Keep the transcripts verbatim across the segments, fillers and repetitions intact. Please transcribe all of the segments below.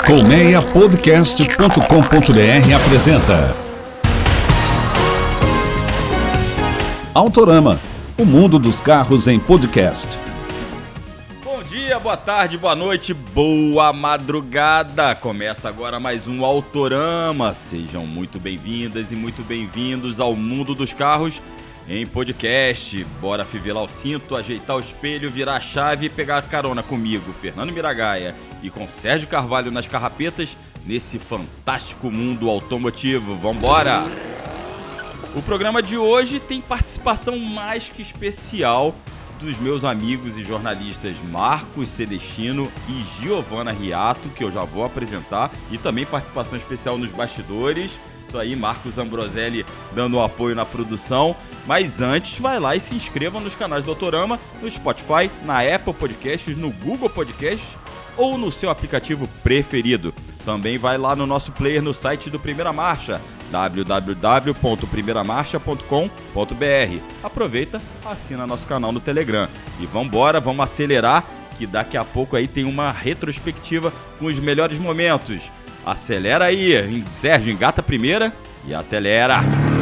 colmeia podcast ponto com ponto b r apresenta Autorama, o mundo dos carros em podcast. Bom dia, boa tarde, boa noite, boa madrugada. Começa agora mais um Autorama. Sejam muito bem-vindas e muito bem-vindos ao mundo dos carros em podcast. Bora afivelar o cinto, ajeitar o espelho, virar a chave e pegar carona comigo, Fernando Miragaia, e com Sérgio Carvalho nas carrapetas, nesse fantástico mundo automotivo. Vambora! O programa de hoje tem participação mais que especial dos meus amigos e jornalistas Marcos Celestino e Giovana Riato, que eu já vou apresentar, e também participação especial nos bastidores. Isso aí, Marcos Ambroselli dando um apoio na produção. Mas antes, vai lá e se inscreva nos canais do Autorama, no Spotify, na Apple Podcasts, no Google Podcasts ou no seu aplicativo preferido. Também vai lá no nosso player no site do Primeira Marcha, w w w ponto primeira marcha ponto com ponto b r. Aproveita, assina nosso canal no Telegram. E vambora, vamos acelerar, que daqui a pouco aí tem uma retrospectiva com os melhores momentos. Acelera aí, Sérgio, engata a primeira e acelera.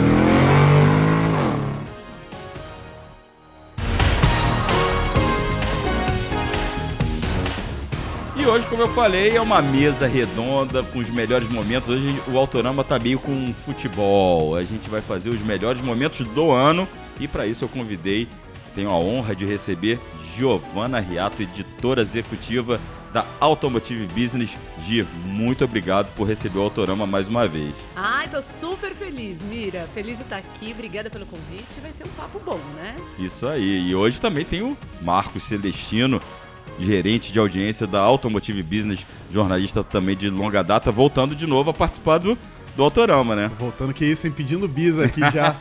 E hoje, como eu falei, é uma mesa redonda com os melhores momentos. Hoje o Autorama tá meio com futebol. A gente vai fazer os melhores momentos do ano e para isso eu convidei, tenho a honra de receber Giovana Riato, editora executiva da Automotive Business. Gi, muito obrigado por receber o Autorama mais uma vez. Ai, tô super feliz, Mira. Feliz de estar aqui, obrigada pelo convite. Vai ser um papo bom, né? Isso aí. E hoje também tem o Marcos Celestino, gerente de audiência da Automotive Business, jornalista também de longa data, voltando de novo a participar do, do Autorama, né? Voltando que isso, hein? Pedindo bis aqui já.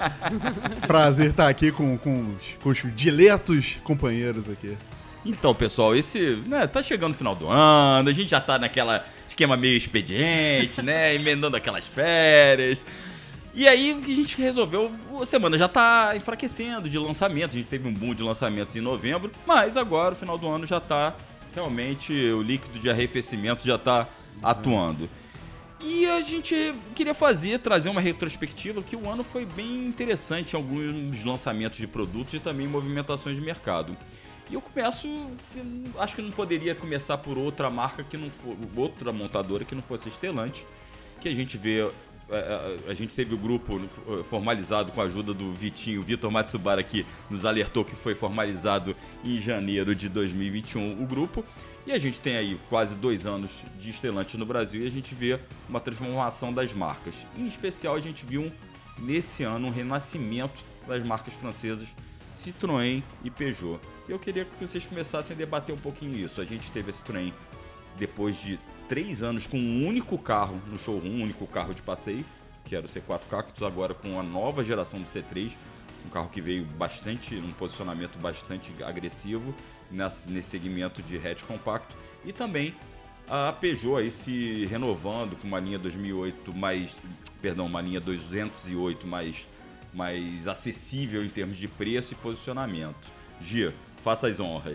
Prazer estar aqui com, com, os, com os diletos companheiros aqui. Então, pessoal, esse, né, tá chegando o final do ano, a gente já tá naquela esquema meio expediente, né, emendando aquelas férias. E aí a gente resolveu, a semana já tá enfraquecendo de lançamento, a gente teve um boom de lançamentos em novembro, mas agora o final do ano já tá, realmente, o líquido de arrefecimento já tá atuando. E a gente queria fazer, trazer uma retrospectiva, que o ano foi bem interessante em alguns lançamentos de produtos e também movimentações de mercado. E eu começo, acho que não poderia começar por outra marca que não for, outra montadora que não fosse a Stellantis, que a gente vê, a, a gente teve o grupo formalizado com a ajuda do Vitinho, Vitor Matsubara, que nos alertou que foi formalizado em janeiro de dois mil e vinte e um o grupo, e a gente tem aí quase dois anos de Stellantis no Brasil e a gente vê uma transformação das marcas. Em especial a gente viu nesse ano um renascimento das marcas francesas Citroën e Peugeot. Eu queria que vocês começassem a debater um pouquinho isso. A gente teve a Citroën depois de três anos com um único carro no showroom, um único carro de passeio, que era o C quatro Cactus, agora com a nova geração do C três, um carro que veio bastante, num posicionamento bastante agressivo nesse segmento de hatch compacto, e também a Peugeot aí se renovando com uma linha dois mil e oito mais, perdão, uma linha duzentos e oito mais, mais acessível em termos de preço e posicionamento. Gia, faça as honras.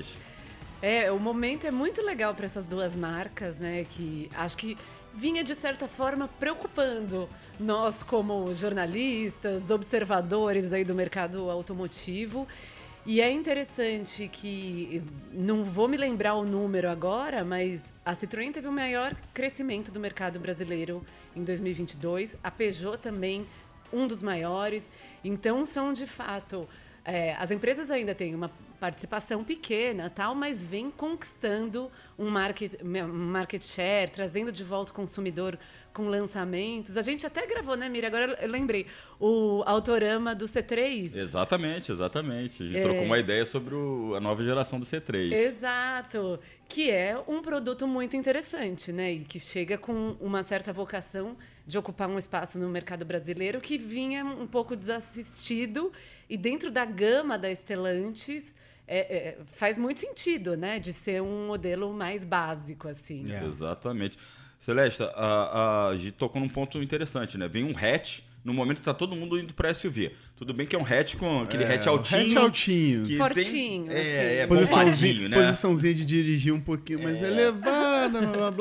É, o momento é muito legal para essas duas marcas, né? Que acho que vinha, de certa forma, preocupando nós como jornalistas, observadores aí do mercado automotivo. E é interessante que, não vou me lembrar o número agora, mas a Citroën teve o maior crescimento do mercado brasileiro em dois mil e vinte e dois, a Peugeot também um dos maiores. Então, são de fato... É, as empresas ainda têm uma participação pequena, tal, mas vem conquistando um market, um market share, trazendo de volta o consumidor com lançamentos. A gente até gravou, né, Mira? Agora eu lembrei, o Autorama do C três. Exatamente, exatamente. A gente é... trocou uma ideia sobre o, a nova geração do C três. Exato, que é um produto muito interessante, né? E que chega com uma certa vocação de ocupar um espaço no mercado brasileiro que vinha um pouco desassistido. E dentro da gama da Stellantis, é, é, faz muito sentido, né? De ser um modelo mais básico, assim. É. Exatamente. Celeste, a, a gente tocou num ponto interessante, né? Vem um hatch no momento que tá todo mundo indo para S U V. Tudo bem que é um hatch com aquele é, hatch altinho. Hatch altinho. Que fortinho. Tem, é, é posiçãozinha, bombadinho, né? Posiçãozinha de dirigir um pouquinho mais é. elevada, blá, blá, blá.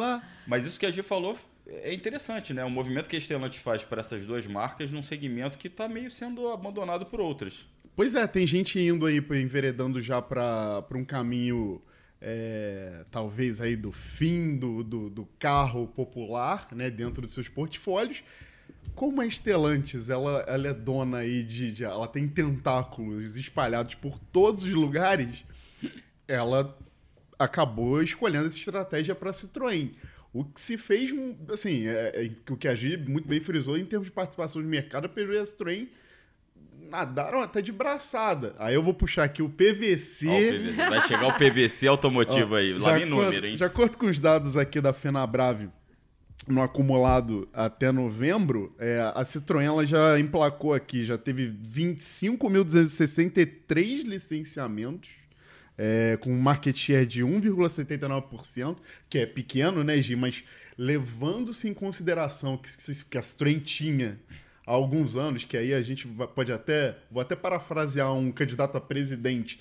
Mas isso que a Gi falou é interessante, né? O movimento que a Stellantis faz para essas duas marcas num segmento que está meio sendo abandonado por outras. Pois é, tem gente indo aí, enveredando já para um caminho, é, talvez aí do fim do, do, do carro popular, né? Dentro dos seus portfólios. Como a Stellantis, ela, ela é dona aí de, de... Ela tem tentáculos espalhados por todos os lugares, ela acabou escolhendo essa estratégia para a Citroën. O que se fez, assim, é, é, o que a Gi muito bem frisou em termos de participação de mercado, a Peugeot e a Citroën nadaram até de braçada. Aí eu vou puxar aqui o P V C. Ó, o P V C. Vai chegar o P V C automotivo Ó, aí, lá em número, hein? De acordo com os dados aqui da Fenabrave, no acumulado até novembro, é, a Citroën ela já emplacou aqui, já teve vinte e cinco mil duzentos e sessenta e três licenciamentos, É, com um market share de um vírgula setenta e nove por cento, que é pequeno, né, Gi? Mas levando-se em consideração que, que a Citroën tinha há alguns anos, que aí a gente pode até... Vou até parafrasear um candidato a presidente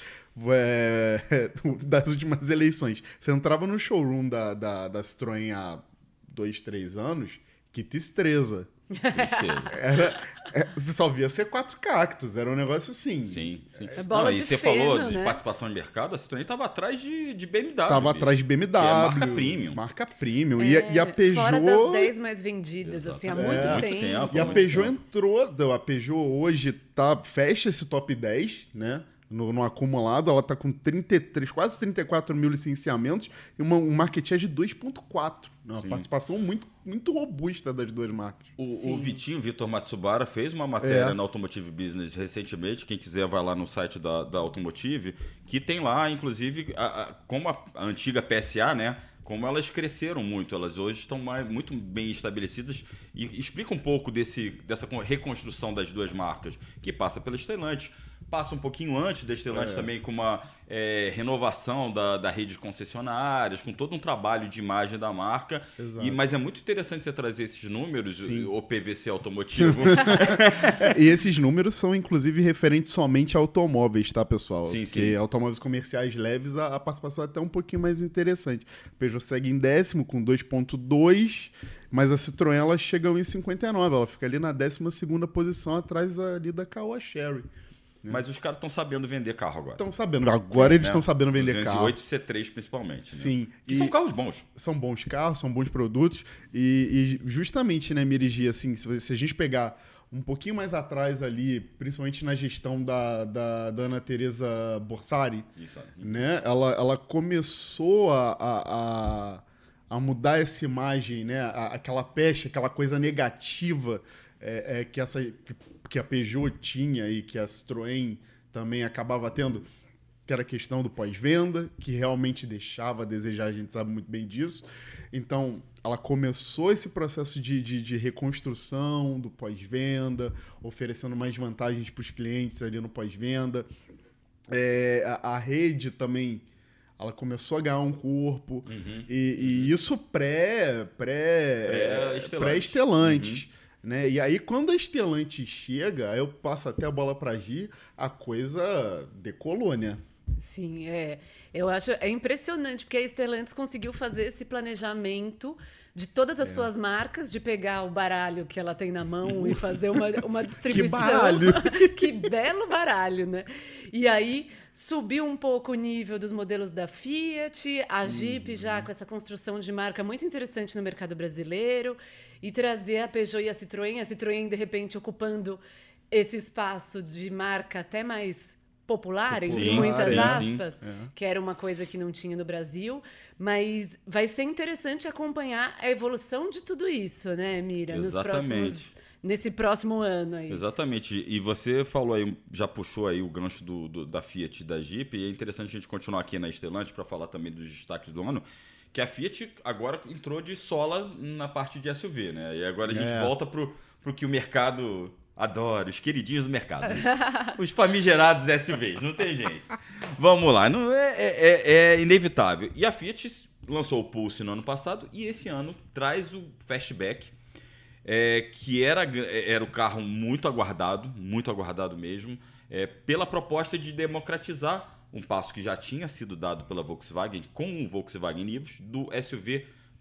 é, das últimas eleições. Você entrava no showroom da, da, da Citroën há dois, três anos, que tristeza. Tristeza. Era, é, você só via C quatro Cactus, era um negócio assim. Sim, sim. É bola Não, de e você feno, falou de né? participação de mercado, a Citroën estava atrás de, de B M W. Tava bicho, atrás de B M que W. é marca premium. Marca premium. É, e, a, e a Peugeot... Fora das dez mais vendidas, assim, há Exatamente. muito É. tempo. Muito tempo. E a muito Peugeot tempo. entrou... A Peugeot hoje tá, fecha esse top dez, né? No, no acumulado, ela tá com trinta e três, quase trinta e quatro mil licenciamentos e uma, um market share de dois vírgula quatro. Uma Sim. participação muito, muito robusta das duas marcas. O, Sim. o Vitinho, Vitor Matsubara, fez uma matéria É. na Automotive Business recentemente. Quem quiser vai lá no site da, da Automotive, que tem lá, inclusive, a, a, como a, a antiga P S A, né? Como elas cresceram muito, elas hoje estão mais, muito bem estabelecidas. E explica um pouco desse, dessa reconstrução das duas marcas, que passa pela Stellantis. Passa um pouquinho antes da Stellantis É. também com uma é, renovação da, da rede de concessionárias, com todo um trabalho de imagem da marca. Exato. E, mas é muito interessante você trazer esses números, Sim. o P V C automotivo. É, e esses números são, inclusive, referentes somente a automóveis, tá, pessoal? Sim, Porque sim. automóveis comerciais leves, a, a participação é até um pouquinho mais interessante. A Peugeot segue em décimo, com dois vírgula dois, mas a Citroën, ela chega em cinquenta e nove. Ela fica ali na décima segunda posição, atrás ali da Caoa Sherry. Mas os caras estão sabendo vender carro agora. Estão sabendo. Agora eles né? estão sabendo vender duzentos e carro. oito C três principalmente. Né? Sim. Que E são carros bons. são bons carros, são bons produtos. E, e justamente, né, Mirigi, assim, se, se a gente pegar um pouquinho mais atrás ali, principalmente na gestão da, da, da Ana Teresa Borsari, Isso. né? Ela, ela começou a, a, a, a mudar essa imagem, né? A- aquela peste, aquela coisa negativa é, é, que, essa, que, que a Peugeot tinha e que a Citroën também acabava tendo, que era a questão do pós-venda, que realmente deixava a desejar, a gente sabe muito bem disso. Então, ela começou esse processo de, de, de reconstrução do pós-venda, oferecendo mais vantagens para os clientes ali no pós-venda. É, a, a rede também, ela começou a ganhar um corpo, Uhum. e, e isso pré, pré, Pré-Stellantis. pré-Stellantis, né? E aí, quando a Stellantis chega, aí eu passo até a bola para Gi, a coisa decolou, né? Sim, é. Eu acho é impressionante, porque a Stellantis conseguiu fazer esse planejamento de todas É. as suas marcas, de pegar o baralho que ela tem na mão e fazer uma, uma distribuição. baralho! Que belo baralho, né? E aí subiu um pouco o nível dos modelos da Fiat, a Jeep Uhum. já com essa construção de marca muito interessante no mercado brasileiro, e trazer a Peugeot e a Citroën, a Citroën de repente ocupando esse espaço de marca até mais popular, entre Sim, muitas sim, aspas, sim. É. que era uma coisa que não tinha no Brasil, mas vai ser interessante acompanhar a evolução de tudo isso, né, Mira? Nos Exatamente. próximos, nesse próximo ano aí. Exatamente. E você falou aí, já puxou aí o gancho do, do- da Fiat e da Jeep, e é interessante a gente continuar aqui na Stellantis para falar também dos destaques do ano, que a Fiat agora entrou de sola na parte de S U V, né? E agora a gente É. volta pro, pro que o mercado adora, os queridinhos do mercado. Os famigerados S U Vs, não tem jeito. Vamos lá, não é, é- é- é inevitável. E a Fiat lançou o Pulse no ano passado e esse ano traz o Fastback, é, que era, era o carro muito aguardado, muito aguardado mesmo, é, pela proposta de democratizar um passo que já tinha sido dado pela Volkswagen com o Volkswagen Nivus, do S U V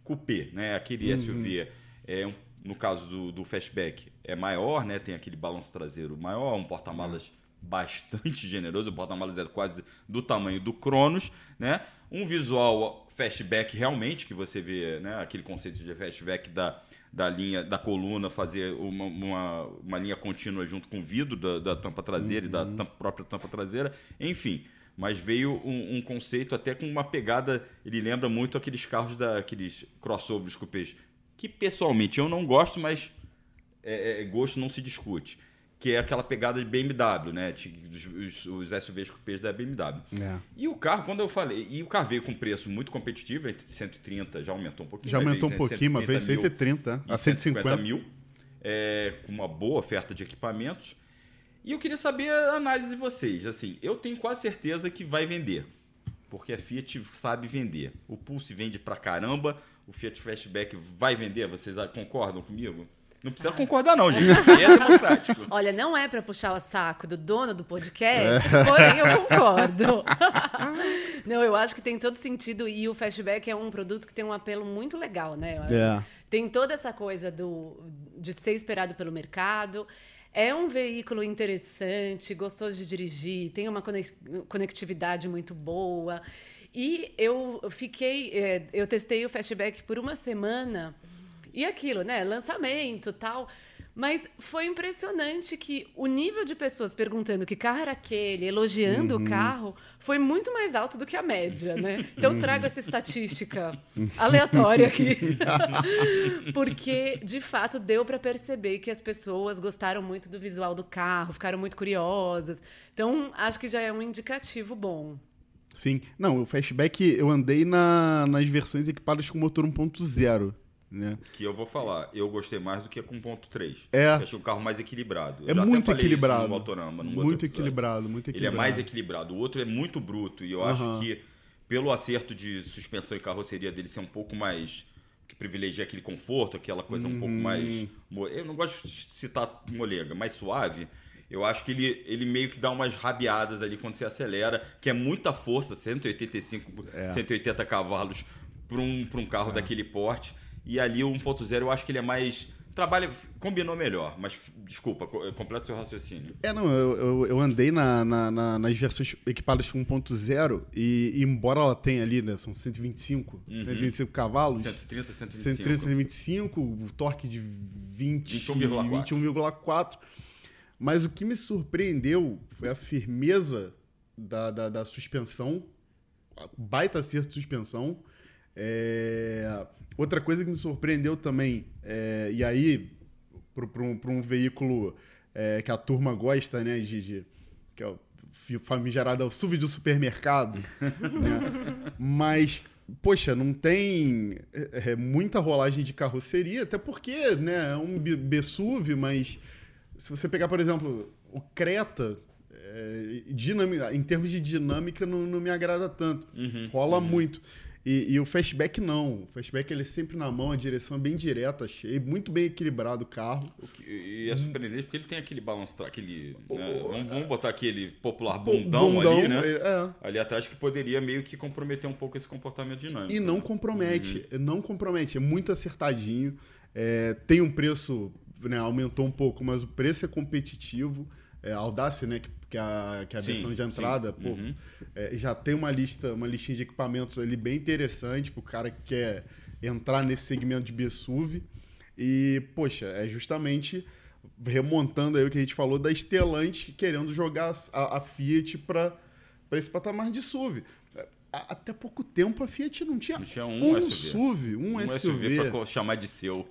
coupé, né? Aquele Uhum. S U V, é, um, no caso do, do Fastback, é maior, né? Tem aquele balanço traseiro maior, um porta-malas bastante generoso, o porta-malas é quase do tamanho do Cronos, né? Um visual Fastback realmente, que você vê, né? Aquele conceito de Fastback da, da linha, da coluna, fazer uma, uma, uma linha contínua junto com o vidro da, da tampa traseira uhum. e da tampa, própria tampa traseira, enfim. Mas veio um, um conceito até com uma pegada, ele lembra muito aqueles carros, da, aqueles crossovers coupés, que pessoalmente eu não gosto, mas é, é, gosto não se discute. Que é aquela pegada de B M W, né? Os, os, os S U Vs coupés da B M W. É. E o carro, quando eu falei, e o carro veio com um preço muito competitivo, entre cento e trinta, já aumentou um pouquinho. Já aumentou um pouquinho, mas veio cento e trinta a cento e cinquenta mil, é, com uma boa oferta de equipamentos. E eu queria saber a análise de vocês. Assim, eu tenho quase certeza que vai vender, porque a Fiat sabe vender. O Pulse vende pra caramba, o Fiat Fastback vai vender, vocês concordam comigo? Não precisa ah. concordar não, gente. É democrático. Olha, não é para puxar o saco do dono do podcast, é. porém eu concordo. Não, eu acho que tem todo sentido e o Fastback é um produto que tem um apelo muito legal, né? É. Tem toda essa coisa do, de ser esperado pelo mercado. É um veículo interessante, gostoso de dirigir, tem uma conectividade muito boa. E eu fiquei... Eu testei o Fastback por uma semana... E aquilo, né? Lançamento e tal. Mas foi impressionante que o nível de pessoas perguntando que carro era aquele, elogiando uhum. o carro, foi muito mais alto do que a média, né? Então, trago essa estatística aleatória aqui. Porque, de fato, deu para perceber que as pessoas gostaram muito do visual do carro, ficaram muito curiosas. Então, acho que já é um indicativo bom. Sim. Não, o Fastback eu andei na, nas versões equipadas com motor um ponto zero. Né? Que eu vou falar, eu gostei mais do que com um ponto três. É. Eu achei o carro mais equilibrado. Eu é já muito até falei equilibrado. Isso no Motorama, no muito equilibrado, muito equilibrado. Ele é mais equilibrado. O outro é muito bruto. E eu uhum. acho que, pelo acerto de suspensão e carroceria dele ser um pouco mais... que privilegia aquele conforto, aquela coisa uhum. um pouco mais... Eu não gosto de citar molega, mais suave. Eu acho que ele, ele meio que dá umas rabiadas ali quando você acelera, que é muita força, cento e oitenta e cinco, é. cento e oitenta cavalos para um, para um carro é. daquele porte. E ali o um ponto zero eu acho que ele é mais... Trabalha, combinou melhor, mas desculpa, completa seu raciocínio. É, não, eu, eu, eu andei na, na, na, nas versões equipadas com um ponto zero e, e embora ela tenha ali, né, são cento e vinte e cinco, uhum. cento e vinte e cinco cavalos. cento e trinta, cento e vinte e cinco. cento e trinta, cento e vinte e cinco, o torque de vinte, vinte e um vírgula quatro. Mas o que me surpreendeu foi a firmeza da, da, da suspensão, baita acerto de suspensão. É... Outra coisa que me surpreendeu também, é... e aí, para um, um veículo é, que a turma gosta, né, de, de, que é o famigerado S U V de supermercado, né? Mas, poxa, não tem é, muita rolagem de carroceria, até porque, né, é um B S U V, mas se você pegar, por exemplo, o Creta, é, dinâmica, em termos de dinâmica, não, não me agrada tanto. Uhum, rola uhum. muito. E, e o Fastback não. O Fastback ele é sempre na mão, a direção é bem direta, achei. Muito bem equilibrado o carro. O que, e é surpreendente porque ele tem aquele balanço, aquele... Né, vamos, vamos botar aquele popular bundão, bundão ali, né? É. Ali atrás que poderia meio que comprometer um pouco esse comportamento dinâmico. E não compromete. Uhum. Não compromete. É muito acertadinho. É, tem um preço... Né, aumentou um pouco, mas o preço é competitivo. É, a Audace, né, que, que, a, que é a sim, versão de entrada, pô, uhum. é, já tem uma lista, uma listinha de equipamentos ali bem interessante pro cara que quer entrar nesse segmento de B S U V. E, poxa, é justamente remontando aí o que a gente falou da Stellantis querendo jogar a, a Fiat para esse patamar de S U V. Até pouco tempo a Fiat não tinha, não tinha um, um S U V, S U V, um, um S U V. S U V para chamar de seu.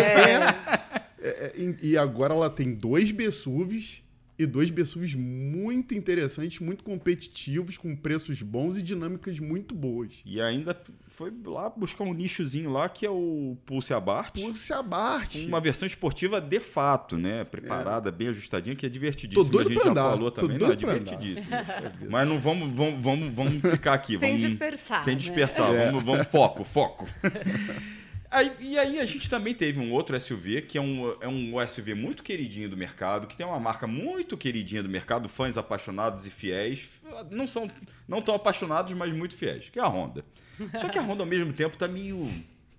É. É, e agora ela tem dois B S U Vs e dois B S U Vs muito interessantes, muito competitivos, com preços bons e dinâmicas muito boas. E ainda foi lá buscar um nichozinho lá que é o Pulse Abarth. Pulse Abarth. Uma versão esportiva de fato, né? Preparada, é. bem ajustadinha, que é divertidíssima. Tô doido a gente pra já andar. falou Tô também, não, é divertidíssimo. Mas não vamos, vamos, vamos, vamos ficar aqui. Sem vamos, dispersar. Sem dispersar. Né? Vamos, vamos, foco, foco. Aí, e aí a gente também teve um outro S U V, que é um, é um S U V muito queridinho do mercado, que tem uma marca muito queridinha do mercado, fãs apaixonados e fiéis, não são não tão apaixonados, mas muito fiéis, que é a Honda. Só que a Honda, ao mesmo tempo, tá meio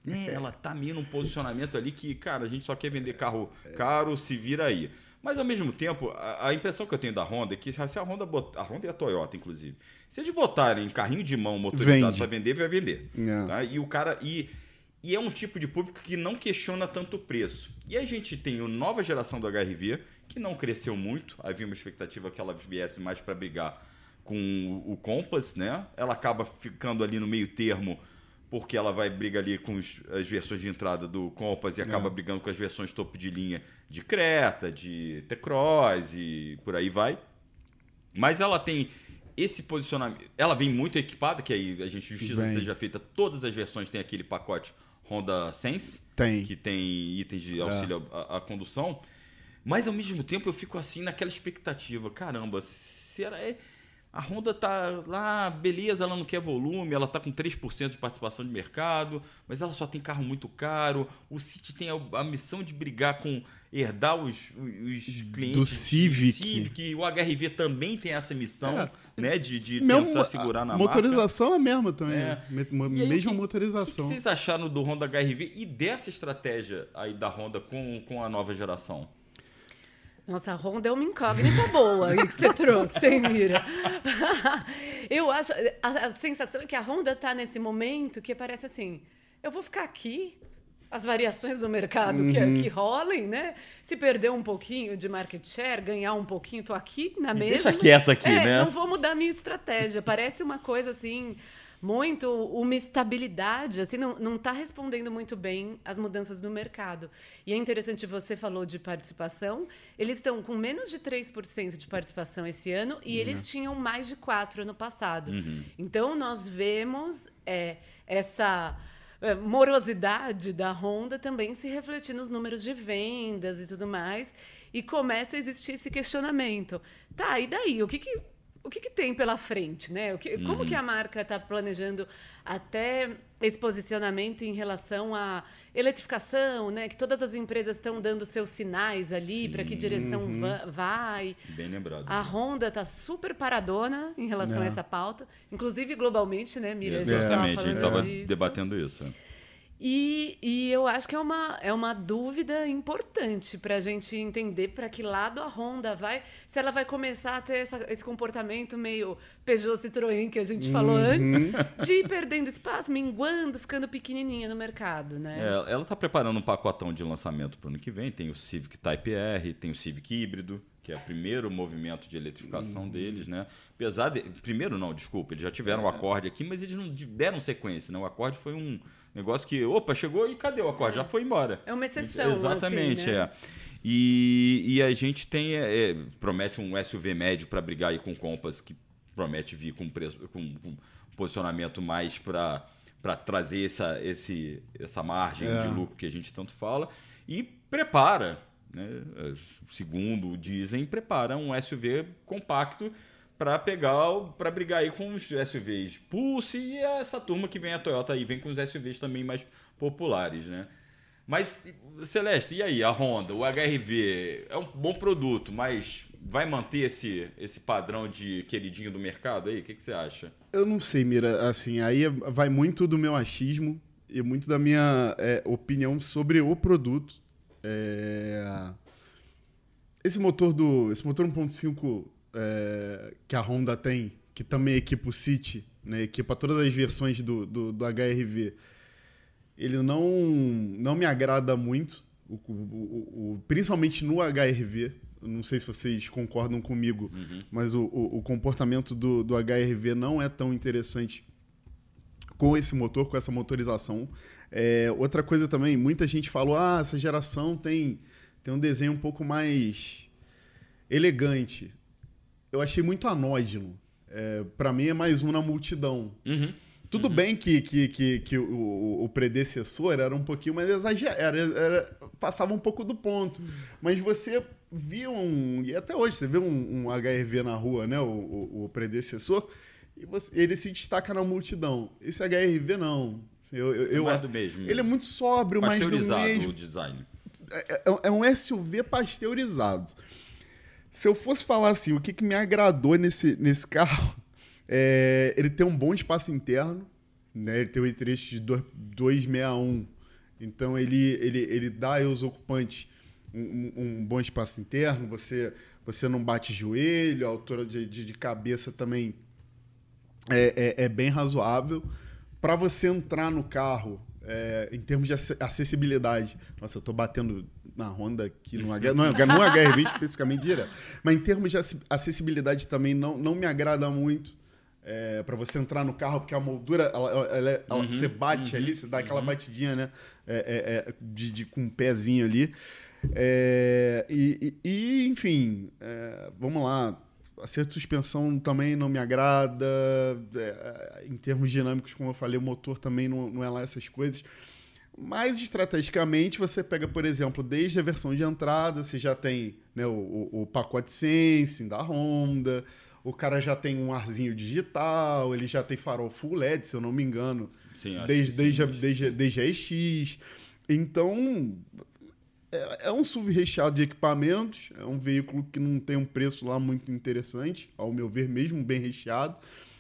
né, ela tá meio num posicionamento ali que, cara, a gente só quer vender carro caro, se vira aí. Mas, ao mesmo tempo, a, a impressão que eu tenho da Honda é que se a Honda, bot... a Honda e a Toyota, inclusive, se eles botarem carrinho de mão motorizado para vender, vai vender. É. Tá? E o cara... E, e é um tipo de público que não questiona tanto o preço. E a gente tem a nova geração do H R V, que não cresceu muito. Havia uma expectativa que ela viesse mais para brigar com o Compass, né? Ela acaba ficando ali no meio termo, porque ela vai brigar ali com os, as versões de entrada do Compass e acaba é. brigando com as versões topo de linha de Creta, de T-Cross e por aí vai. Mas ela tem esse posicionamento... Ela vem muito equipada, que aí a gente, justiça vem. seja feita, todas as versões têm aquele pacote Honda Sense, tem. que tem itens de auxílio é. à, à condução. Mas, ao mesmo tempo, eu fico assim naquela expectativa. Caramba, será... É... A Honda tá lá, beleza, ela não quer volume, ela tá com três por cento de participação de mercado, mas ela só tem carro muito caro. O City tem a, a missão de brigar com, herdar os, os clientes do Civic. Civic. O H R V também tem essa missão, é. né, de, de Mesmo, tentar segurar na motorização marca. é a mesma também, é. mesma aí, motorização. O que, que vocês acharam do Honda H R V e dessa estratégia aí da Honda com, com a nova geração? Nossa, a Honda é uma incógnita boa aí que você trouxe, hein, Mira? Eu acho... A, a sensação é que a Honda está nesse momento que parece assim, eu vou ficar aqui, as variações do mercado uhum. que, que rolem, né? Se perder um pouquinho de market share, ganhar um pouquinho, tô aqui na mesma. Deixa quieto aqui, é, né? Não vou mudar minha estratégia. Parece uma coisa assim... muito uma estabilidade, assim, não, não tá respondendo muito bem às mudanças no mercado. E é interessante, você falou de participação, eles estão com menos de três por cento de participação esse ano e uhum. eles tinham mais de quatro por cento ano passado. Uhum. Então, nós vemos é, essa é, morosidade da Honda também se refletir nos números de vendas e tudo mais, e começa a existir esse questionamento. Tá, e daí? O que que... O que, que tem pela frente, né? O que, uhum. Como que a marca está planejando até esse posicionamento em relação à eletrificação, né? Que todas as empresas estão dando seus sinais ali para que direção uhum. va vai. Bem lembrado. A Honda está super paradona em relação é. a essa pauta, inclusive globalmente, né, Mira? Exatamente, a gente estava debatendo isso. E, e eu acho que é uma, é uma dúvida importante para a gente entender para que lado a Honda vai, se ela vai começar a ter essa, esse comportamento meio Peugeot Citroën que a gente uhum. falou antes, de ir perdendo espaço, minguando, ficando pequenininha no mercado, né? É, ela está preparando um pacotão de lançamento para o ano que vem, tem o Civic Type R, tem o Civic híbrido, que é o primeiro movimento de eletrificação uhum. deles, né? Apesar de... Primeiro não, desculpa, eles já tiveram o é. Accord aqui, mas eles não deram sequência, né? O Accord foi um negócio que, opa, chegou e cadê o Accord? Já foi embora. É uma exceção, exatamente, assim, né? é. E, e a gente tem, é, é, promete um S U V médio para brigar aí com o Compass, que promete vir com, preço, com, com um posicionamento mais para trazer essa, esse, essa margem é. de lucro que a gente tanto fala, e prepara, né, segundo dizem, prepara um S U V compacto para pegar, para brigar aí com os S U Vs Pulse e essa turma que vem a Toyota aí, vem com os S U Vs também mais populares, né? Mas, Celeste, e aí, a Honda, o H R V é um bom produto, mas vai manter esse, esse padrão de queridinho do mercado aí? O que, que você acha? Eu não sei, Mira, assim, aí vai muito do meu achismo e muito da minha é, opinião sobre o produto. É... Esse motor do, esse motor um ponto cinco é, que a Honda tem, que também equipa o City, né, equipa todas as versões do, do, do H R V, ele não, não me agrada muito, o, o, o, principalmente no H R V. Eu não sei se vocês concordam comigo, uhum. mas o, o, o comportamento do, do H R V não é tão interessante com esse motor, com essa motorização. É, outra coisa também, muita gente falou, ah, essa geração tem, tem um desenho um pouco mais elegante. Eu achei muito anódino. É, para mim é mais um na multidão. Uhum. Tudo uhum. bem que, que, que, que o, o predecessor era um pouquinho mais exagerado, era, era, passava um pouco do ponto. Mas você via um... E até hoje, você vê um, um H R V na rua, né? O, o, o predecessor, e você, ele se destaca na multidão. Esse H R V, não. Eu, eu, eu, mais do mesmo. Ele é muito sóbrio, mais do mesmo. O design. É, é, é um S U V pasteurizado. Se eu fosse falar assim, o que, que me agradou nesse, nesse carro... É, ele tem um bom espaço interno, né? Ele tem o e-trecho de duzentos e sessenta e um Então, ele, ele, ele dá aos ocupantes um, um, um bom espaço interno, você, você não bate joelho, a altura de, de, de cabeça também é, é, é bem razoável. Para você entrar no carro, é, em termos de acessibilidade, nossa, eu estou batendo na Honda aqui, no, H, não, no H R V especificamente direto, mas em termos de acessibilidade também não, não me agrada muito. É, para você entrar no carro, porque a moldura, ela, ela, ela, uhum, você bate uhum, ali, você dá aquela uhum. batidinha, né? É, é, é, de, de, com um pezinho ali. É, e, e, enfim, é, vamos lá. Acerto de suspensão também não me agrada. É, em termos dinâmicos, como eu falei, o motor também não, não é lá essas coisas. Mas, estrategicamente, você pega, por exemplo, desde a versão de entrada, você já tem, né, o, o, o pacote Sensing da Honda. O cara já tem um arzinho digital, ele já tem farol Full L E D, se eu não me engano, sim, desde, sim, desde, a, desde, desde a E X. Então, é, é um S U V recheado de equipamentos, é um veículo que não tem um preço lá muito interessante, ao meu ver, mesmo bem recheado.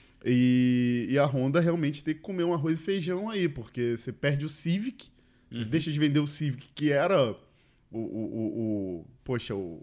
E, e a Honda realmente tem que comer um arroz e feijão aí, porque você perde o Civic, você uhum. deixa de vender o Civic, que era o... o, o, o poxa, o...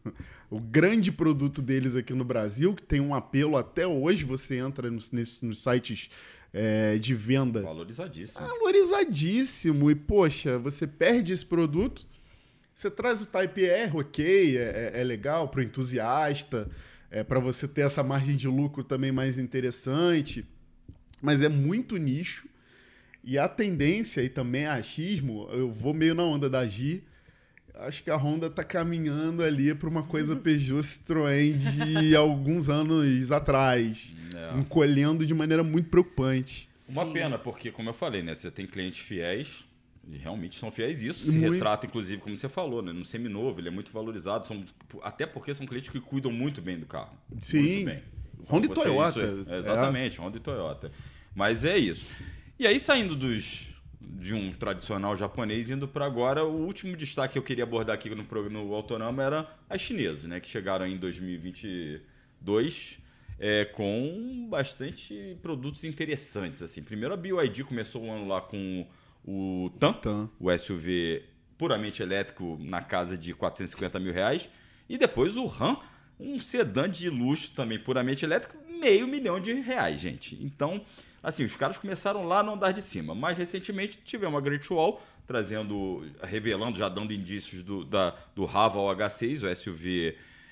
o grande produto deles aqui no Brasil, que tem um apelo até hoje, você entra nos, nesses, nos sites é, de venda. Valorizadíssimo. Valorizadíssimo. E, poxa, você perde esse produto, você traz o Type R, ok, é, é legal para o entusiasta, é, para você ter essa margem de lucro também mais interessante, mas é muito nicho. E a tendência, e também é achismo, eu vou meio na onda da G, acho que a Honda está caminhando ali para uma coisa Peugeot Citroën de alguns anos atrás, é. encolhendo de maneira muito preocupante. Uma Sim. pena, porque, como eu falei, né, você tem clientes fiéis, e realmente são fiéis. Isso se muito. retrata, inclusive, como você falou, né, no seminovo, ele é muito valorizado, são, até porque são clientes que cuidam muito bem do carro. Sim, muito bem. Honda e Toyota. Isso, é, exatamente, é. Honda e Toyota. Mas é isso. E aí, saindo dos... de um tradicional japonês, indo para agora, o último destaque que eu queria abordar aqui no, no Autonama era as chinesas, né, que chegaram em dois mil e vinte e dois é, com bastante produtos interessantes. Assim. Primeiro a B Y D começou o ano lá com o Tan, Tan, o S U V puramente elétrico na casa de quatrocentos e cinquenta mil reais, e depois o Ram, um sedã de luxo também puramente elétrico, meio milhão de reais, gente. Então... assim, os caras começaram lá no andar de cima. Mais recentemente tivemos a Great Wall, trazendo, revelando, já dando indícios do, da, do Haval H seis, o S U V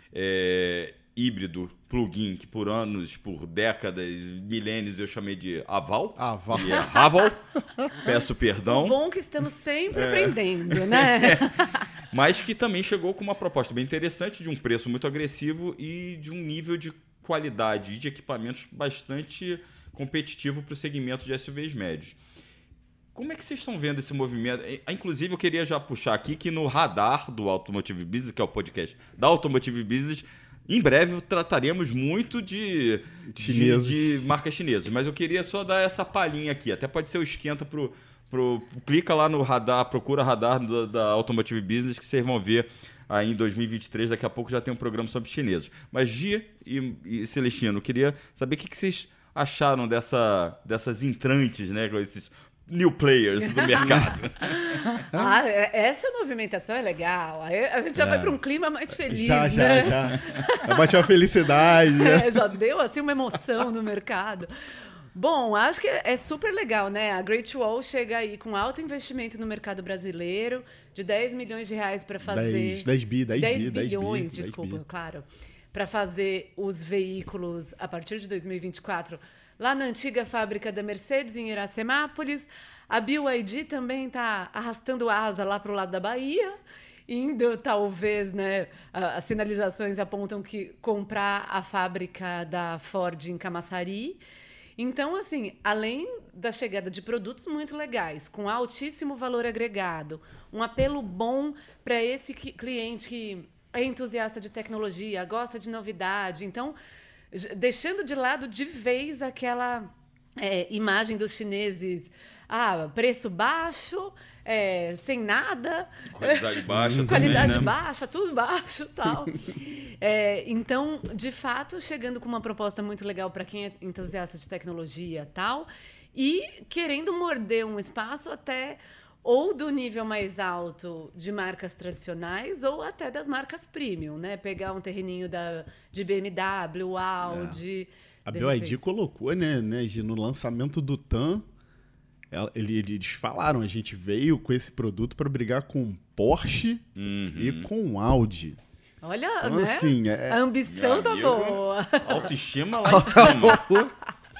é, híbrido plug-in, que por anos, por décadas, milênios eu chamei de Aval. Aval. E é Haval. Peço perdão. O bom que estamos sempre é. aprendendo, né? É. Mas que também chegou com uma proposta bem interessante, de um preço muito agressivo e de um nível de qualidade e de equipamentos bastante... competitivo para o segmento de S U Vs médios. Como é que vocês estão vendo esse movimento? Inclusive, eu queria já puxar aqui que no radar do Automotive Business, que é o podcast da Automotive Business, em breve trataremos muito de, de, de marcas chinesas. Mas eu queria só dar essa palhinha aqui. Até pode ser o esquenta pro, pro... Clica lá no radar, procura radar do, da Automotive Business, que vocês vão ver aí em dois mil e vinte e três. Daqui a pouco já tem um programa sobre chineses. Mas, Gia e, e Celestino, eu queria saber o que, que vocês... acharam dessa, dessas entrantes, né, com esses new players do mercado. Ah, essa movimentação é legal. Aí a gente já é. vai para um clima mais feliz, já, né? Já, já, já. Baixou a felicidade. É, já deu, assim, uma emoção no mercado. Bom, acho que é super legal, né? A Great Wall chega aí com alto investimento no mercado brasileiro, de dez milhões de reais para fazer... dez bi, dez bi, dez bilhões, desculpa, claro. Para fazer os veículos a partir de dois mil e vinte e quatro lá na antiga fábrica da Mercedes, em Iracemápolis. A B Y D também está arrastando asa lá para o lado da Bahia, indo, talvez, né, as sinalizações apontam que comprar a fábrica da Ford em Camaçari. Então, assim, além da chegada de produtos muito legais, com altíssimo valor agregado, um apelo bom para esse cliente que... é entusiasta de tecnologia, gosta de novidade. Então, deixando de lado de vez aquela é, imagem dos chineses, ah, preço baixo, é, sem nada. Qualidade baixa também, Qualidade né? baixa, tudo baixo e tal. É, então, de fato, chegando com uma proposta muito legal para quem é entusiasta de tecnologia e tal, e querendo morder um espaço até... ou do nível mais alto de marcas tradicionais, ou até das marcas premium, né? Pegar um terreninho da, de B M W, Audi... É. A B Y D colocou, né, né, Gi, no lançamento do Tan, ela- ele- eles falaram, a gente veio com esse produto para brigar com Porsche Uhum. e com Audi. Olha, Então, né? assim, é- A ambição Meu tá amigo. boa. Autoestima lá em cima.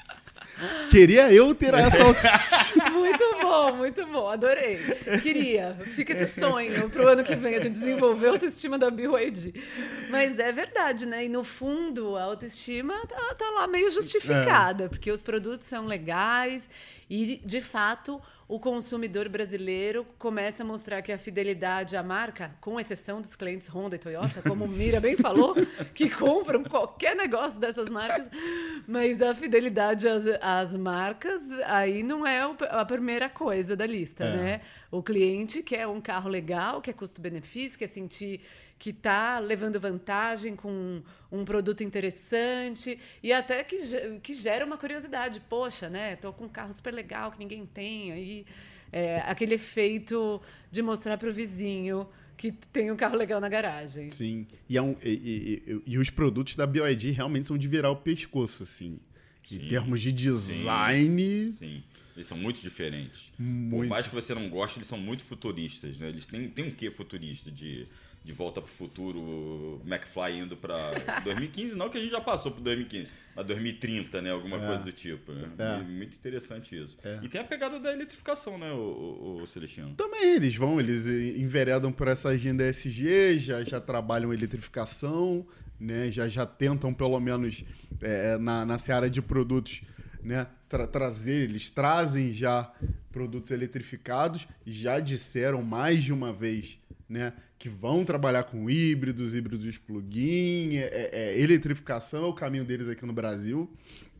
Queria eu ter essa autoestima. Muito bom, muito bom. Adorei. Queria. Fica esse sonho pro ano que vem a gente desenvolver a autoestima da B Y D. Mas é verdade, né? E no fundo, a autoestima tá, tá lá meio justificada, porque os produtos são legais e, de fato, o consumidor brasileiro começa a mostrar que a fidelidade à marca, com exceção dos clientes Honda e Toyota, como o Mira bem falou, que compram qualquer negócio dessas marcas, mas a fidelidade às, às marcas aí não é o- a primeira coisa da lista, É. né? O cliente quer um carro legal, quer custo-benefício, quer sentir que está levando vantagem com um produto interessante e até que, ge- que gera uma curiosidade. Poxa, né? Tô com um carro super legal que ninguém tem. Aí, é, aquele efeito de mostrar para o vizinho que tem um carro legal na garagem. Sim, e, é um- e- e- e- e os produtos da B Y D realmente são de virar o pescoço, assim. Sim. Em termos de design, Sim, eles são muito diferentes. Por muito. mais que você não goste, eles são muito futuristas, né? Eles têm, têm um quê futurista de, de volta pro futuro, McFly indo pra dois mil e quinze, não que a gente já passou pro dois mil e quinze, mas dois mil e trinta, né? Alguma É. coisa do tipo, né? É. Muito interessante isso. É. E tem a pegada da eletrificação, né, o, o, o Celestino? Também eles vão, eles eh, enveredam por essa agenda E S G, já, já trabalham eletrificação, né? já, já tentam, pelo menos, eh, na, na seara de produtos, né? tra- trazer, eles trazem já produtos eletrificados, e já disseram mais de uma vez, né? que vão trabalhar com híbridos, híbridos plug-in, é, é- é, eletrificação é o caminho deles aqui no Brasil.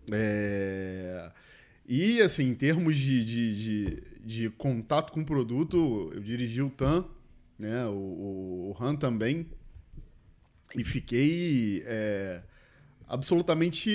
É, E, assim, em termos de, de, de, de contato com o produto, eu dirigi o Tan, né, o, o, o Han também, e fiquei é, absolutamente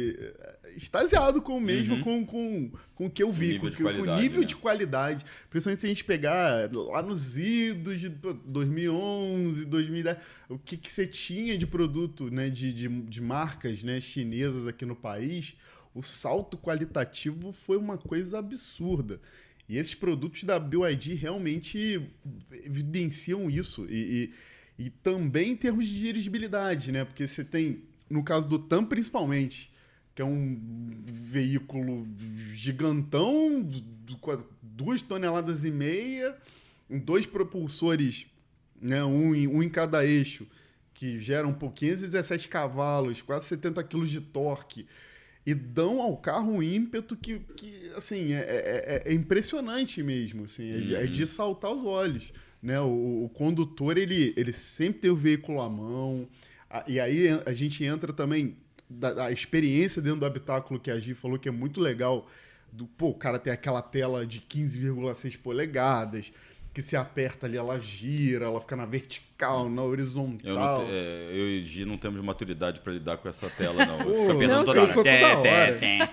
extasiado com o mesmo, Uhum. com, com, com o que eu vi, nível com, de que- com o qualidade, nível né? de qualidade, principalmente se a gente pegar lá nos idos de dois mil e onze, dois mil e dez, o que, que você tinha de produto, né, de, de, de marcas, né, chinesas aqui no país, o salto qualitativo foi uma coisa absurda. E esses produtos da B Y D realmente evidenciam isso. E, e, e também em termos de dirigibilidade, né? Porque você tem, no caso do Tan principalmente, que é um veículo gigantão, du- du- duas toneladas e meia, com dois propulsores, né? um, em, um em cada eixo, que geram por quinhentos e dezessete cavalos, quase setenta quilos de torque, e dão ao carro um ímpeto que, que assim, é, é- é- é impressionante mesmo, assim, é, de- é de saltar os olhos, né? O, o condutor, ele, ele sempre tem o veículo à mão, a- e aí a gente entra também da, da experiência dentro do habitáculo que a Gi falou que é muito legal, do, pô, o cara tem aquela tela de quinze vírgula seis polegadas, que se aperta ali, ela gira, ela fica na vertical, na horizontal. Eu, não te- é, eu e o Gi não temos maturidade pra lidar com essa tela, não. Eu Pô, fico apertando não, toda eu hora. sou Té, toda té, hora. té.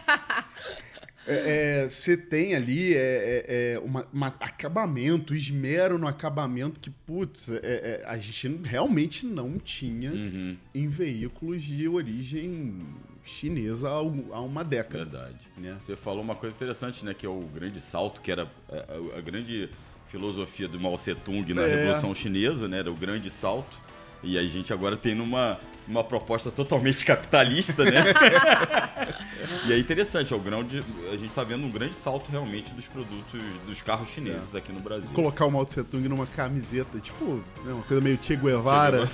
É, é, você tem ali é, é, é, uma, uma acabamento, esmero no acabamento que, putz, é, é, a gente realmente não tinha Uhum, em veículos de origem chinesa há, um- há uma década. verdade. Né? Você falou uma coisa interessante, né? Que é o grande salto, que era a, a- a grande filosofia do Mao Tse-tung na É. Revolução Chinesa, né? Era o grande salto. E a gente agora tem numa, uma proposta totalmente capitalista, né? E é interessante, é o grão de, a gente tá vendo um grande salto realmente dos produtos, dos carros chineses aqui no Brasil. Colocar o Mao Tse Tung numa camiseta, tipo, né, uma coisa meio Che Guevara.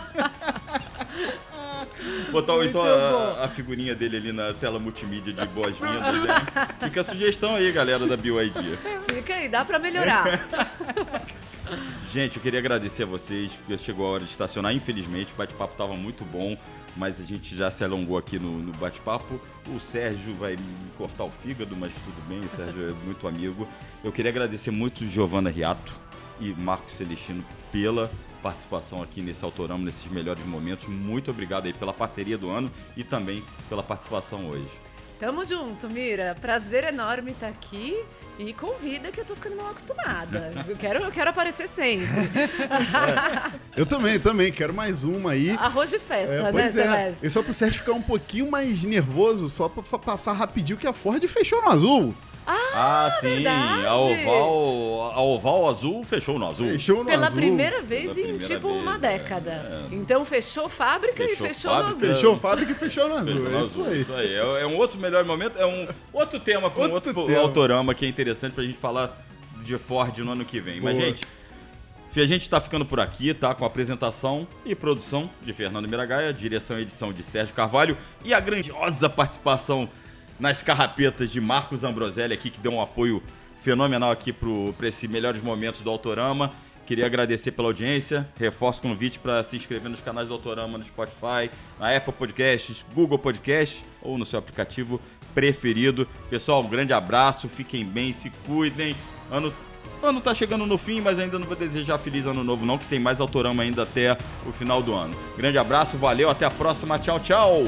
Botar Muito então bom. a, a figurinha dele ali na tela multimídia de boas-vindas, né? Fica a sugestão aí, galera da B Y D. Fica aí, dá pra melhorar. Gente, eu queria agradecer a vocês, porque chegou a hora de estacionar. Infelizmente, o bate-papo estava muito bom, mas a gente já se alongou aqui no, no bate-papo. O Sérgio vai me cortar o fígado, mas tudo bem, o Sérgio é muito amigo. Eu queria agradecer muito Giovana Riato e Marcos Celestino pela participação aqui nesse Autorama, nesses melhores momentos. Muito obrigado aí pela parceria do ano e também pela participação hoje. Tamo junto, Mira. Prazer enorme estar aqui. E convida que eu tô ficando mal acostumada. Eu quero, eu quero aparecer sempre. É, eu também, também. Quero mais uma aí. Arroz de festa, é, né, pois é. Celeste? E só pro Sérgio ficar um pouquinho mais nervoso, só pra, pra passar rapidinho que a Ford fechou no azul. Ah, Ah, sim. verdade. A Oval, a Oval Azul fechou no azul. Fechou no Pela azul. primeira vez Pela em primeira tipo vez, uma é. década. É. Então fechou fábrica Fechou e fechou fábrica. no azul. Fechou fábrica e fechou no azul. Fechou no É azul, isso aí. isso aí. É, é um outro melhor momento, é um outro tema com Outro outro, tema. autorama que é interessante pra gente falar de Ford no ano que vem. Mas, Boa. gente, a gente tá ficando por aqui, tá? Com a apresentação e produção de Fernando Miragaia, direção e edição de Sérgio Carvalho e a grandiosa participação nas carrapetas de Marcos Ambroselli aqui, que deu um apoio fenomenal aqui para esses melhores momentos do Autorama. Queria agradecer pela audiência, reforço o convite para se inscrever nos canais do Autorama no Spotify, na Apple Podcasts, Google Podcasts ou no seu aplicativo preferido. Pessoal, um grande abraço, fiquem bem, se cuidem. Ano, ano tá chegando no fim, mas ainda não vou desejar feliz ano novo não, que tem mais Autorama ainda até o final do ano. Grande abraço, valeu, até a próxima, tchau, tchau!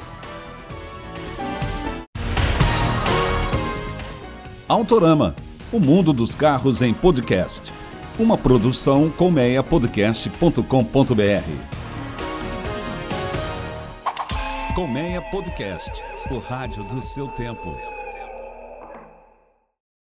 Autorama, o mundo dos carros em podcast. Uma produção colmeia podcast ponto com ponto br. Colmeia Podcast, o rádio do seu tempo.